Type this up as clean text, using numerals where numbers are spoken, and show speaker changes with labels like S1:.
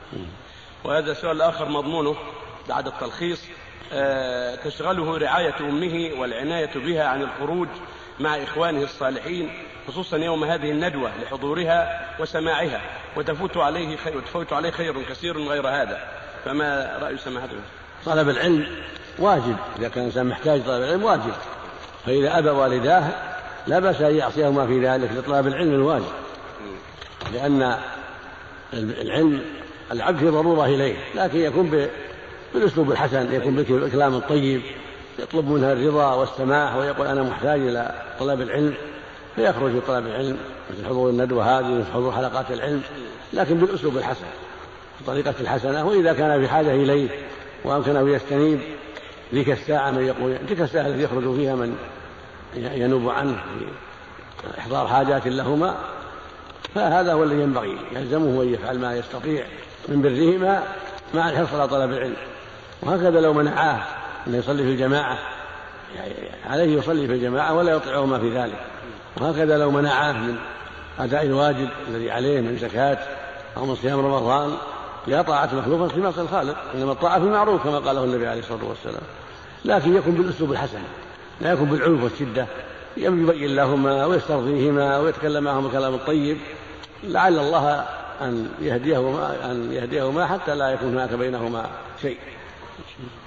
S1: وهذا سؤال آخر مضمونه بعد التلخيص: تشغله رعاية أمه والعناية بها عن الخروج مع إخوانه الصالحين، خصوصا يوم هذه الندوة لحضورها وسماعها، وتفوت عليه خير كثير غير هذا، فما رأي سماحته؟
S2: طلب العلم واجب، إذا كان الإنسان محتاج طلب العلم واجب، فإذا أبى والداه لا بأس أن يعصيهما في ذلك لطلب العلم الواجب، لأن العلم العبد في ضرورة إليه، لكن يكون بالأسلوب الحسن، يكون بالكلام الطيب، يطلب منها الرضا والسماح ويقول أنا محتاج إلى طلب العلم، فيخرج في طلب العلم مثل حضور الندوة هذه مثل حضور حلقات العلم، لكن بالأسلوب الحسن بطريقة الحسنة. وإذا كان في حاجة إليه وأمكنه يستنيب ذيك الساعة من يقول تلك الساعة التي يخرج فيها من ينوب عنه في إحضار حاجات لهما، فهذا هو الذي ينبغي يلزمه أن يفعل ما يستطيع من برهما مع الحرص على طلب العلم. وهكذا لو منعاه أن يصلي في الجماعة عليه يصلي في الجماعة ولا يطيعهما في ذلك. وهكذا لو منعاه من أداء الواجب الذي عليه من زكاة أو من صيام رمضان لا طاعة مخلوق في معصية الخالق، إنما الطاعة في المعروف كما قاله النبي عليه الصلاة والسلام، لكن يكون بالأسلوب الحسن، لا يكون بالعنف والشدة، يبين لهما ويسترضيهما ويتكلم معهم الكلام الطيب، لعل الله أن يهديهما حتى لا يكون هناك بينهما شيء.